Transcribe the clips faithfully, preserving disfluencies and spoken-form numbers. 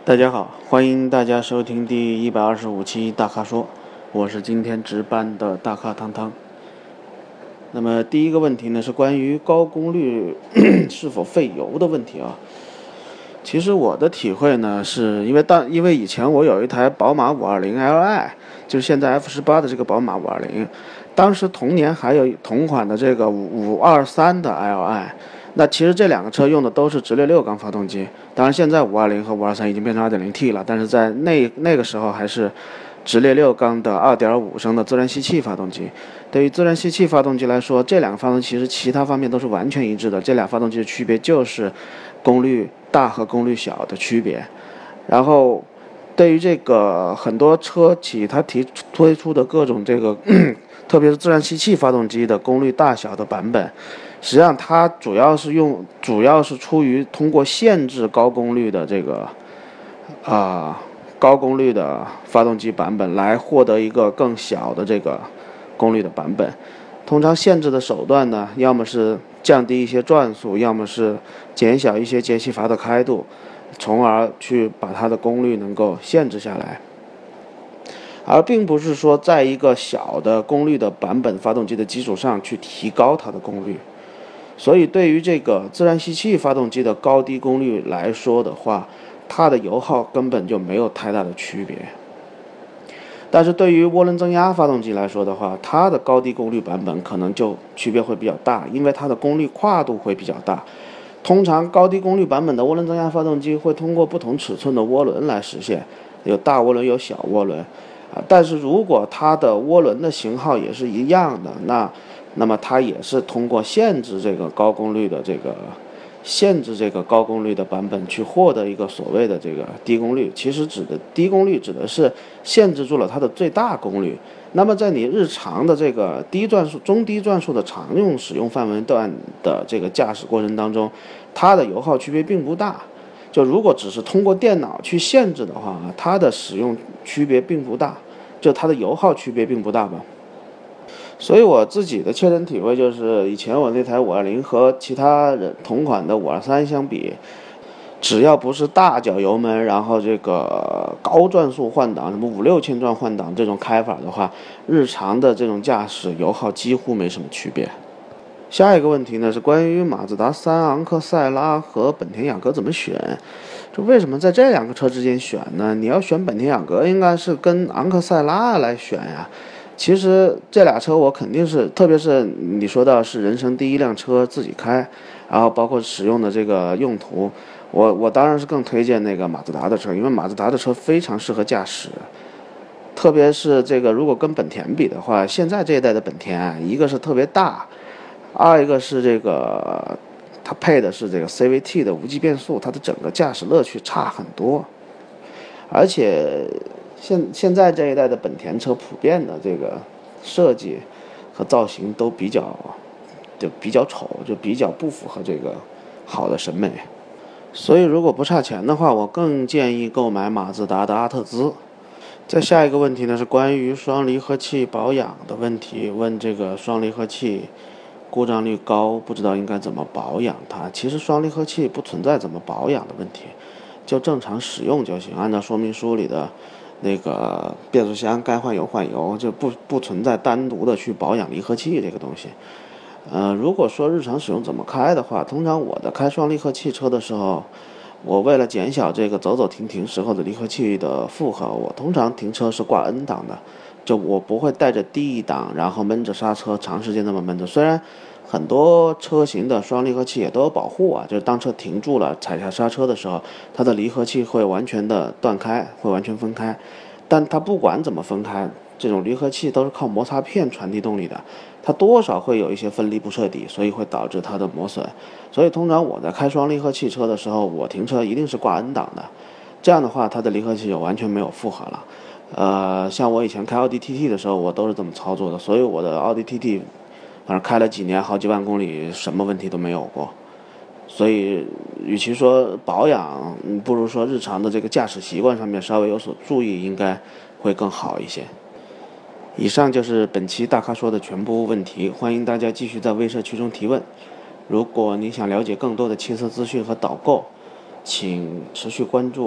大家好，欢迎大家收听第一百二十五期大咖说，我是今天值班的大咖汤汤。那么第一个问题呢，是关于高功率是否费油的问题啊。其实我的体会呢，是因为当因为以前我有一台宝马五二零 L I， 就是现在 F 十八的这个宝马五二零，当时同年还有同款的这个五二三的 L I。那其实这两个车用的都是直列六缸发动机，当然现在五二零和五二三已经变成 二点零 T 了，但是在那那个时候还是直列六缸的 二点五 升的自然吸气发动机。对于自然吸气发动机来说，这两个发动机其实其他方面都是完全一致的，这俩发动机的区别就是功率大和功率小的区别。然后对于这个很多车企它提推出的各种这个特别是自然吸气发动机的功率大小的版本，实际上它主要是用主要是出于通过限制高功率的这个啊、呃、高功率的发动机版本来获得一个更小的这个功率的版本。通常限制的手段呢，要么是降低一些转速，要么是减小一些节气阀的开度，从而去把它的功率能够限制下来。而并不是说在一个小的功率的版本发动机的基础上去提高它的功率。所以对于这个自然吸气发动机的高低功率来说的话，它的油耗根本就没有太大的区别。但是对于涡轮增压发动机来说的话，它的高低功率版本可能就区别会比较大，因为它的功率跨度会比较大。通常高低功率版本的涡轮增压发动机会通过不同尺寸的涡轮来实现，有大涡轮有小涡轮啊。但是如果它的涡轮的型号也是一样的，那那么它也是通过限制这个高功率的这个限制这个高功率的版本去获得一个所谓的这个低功率。其实指的低功率指的是限制住了它的最大功率。那么在你日常的这个低转速、中低转速的常用使用范围段的这个驾驶过程当中，它的油耗区别并不大。就如果只是通过电脑去限制的话，它的使用区别并不大，就它的油耗区别并不大吧。所以我自己的切身体会就是，以前我那台五二零和其他人同款的五二三相比，只要不是大脚油门，然后这个高转速换挡，什么五六千转换挡这种开法的话，日常的这种驾驶油耗几乎没什么区别。下一个问题呢是关于马自达三、昂克赛拉和本田雅阁怎么选。就为什么在这两个车之间选呢？你要选本田雅阁，应该是跟昂克赛拉来选呀。其实这俩车我肯定是，特别是你说到是人生第一辆车自己开，然后包括使用的这个用途，我我当然是更推荐那个马自达的车，因为马自达的车非常适合驾驶。特别是这个如果跟本田比的话，现在这一代的本田啊，一个是特别大，二一个是这个它配的是这个 C V T 的无级变速，它的整个驾驶乐趣差很多。而且现现在这一代的本田车普遍的这个设计和造型都比较就比较丑，就比较不符合这个好的审美。所以如果不差钱的话，我更建议购买马自达的阿特兹。再下一个问题呢是关于双离合器保养的问题，问这个双离合器故障率高，不知道应该怎么保养它。其实双离合器不存在怎么保养的问题，就正常使用就行，按照说明书里的那个变速箱该换油换油，就不不存在单独的去保养离合器这个东西。呃，如果说日常使用怎么开的话，通常我的开双离合器车的时候，我为了减小这个走走停停时候的离合器的负荷，我通常停车是挂 N 档的，就我不会带着 D 档然后闷着刹车长时间那么闷着。虽然很多车型的双离合器也都有保护啊，就是当车停住了踩下刹车的时候，它的离合器会完全的断开，会完全分开。但它不管怎么分开，这种离合器都是靠摩擦片传递动力的，它多少会有一些分离不彻底，所以会导致它的磨损。所以通常我在开双离合器车的时候，我停车一定是挂 N 档的，这样的话它的离合器就完全没有负荷了。呃，像我以前开奥迪 T T 的时候，我都是这么操作的，所以我的奥迪 T T 反正开了几年，好几万公里，什么问题都没有过。所以与其说保养，不如说日常的这个驾驶习惯上面稍微有所注意，应该会更好一些。以上就是本期大咖说的全部问题，欢迎大家继续在微社区中提问。如果你想了解更多的汽车资讯和导购，请持续关注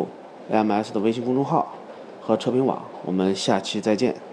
A M S 的微信公众号和测评网。我们下期再见。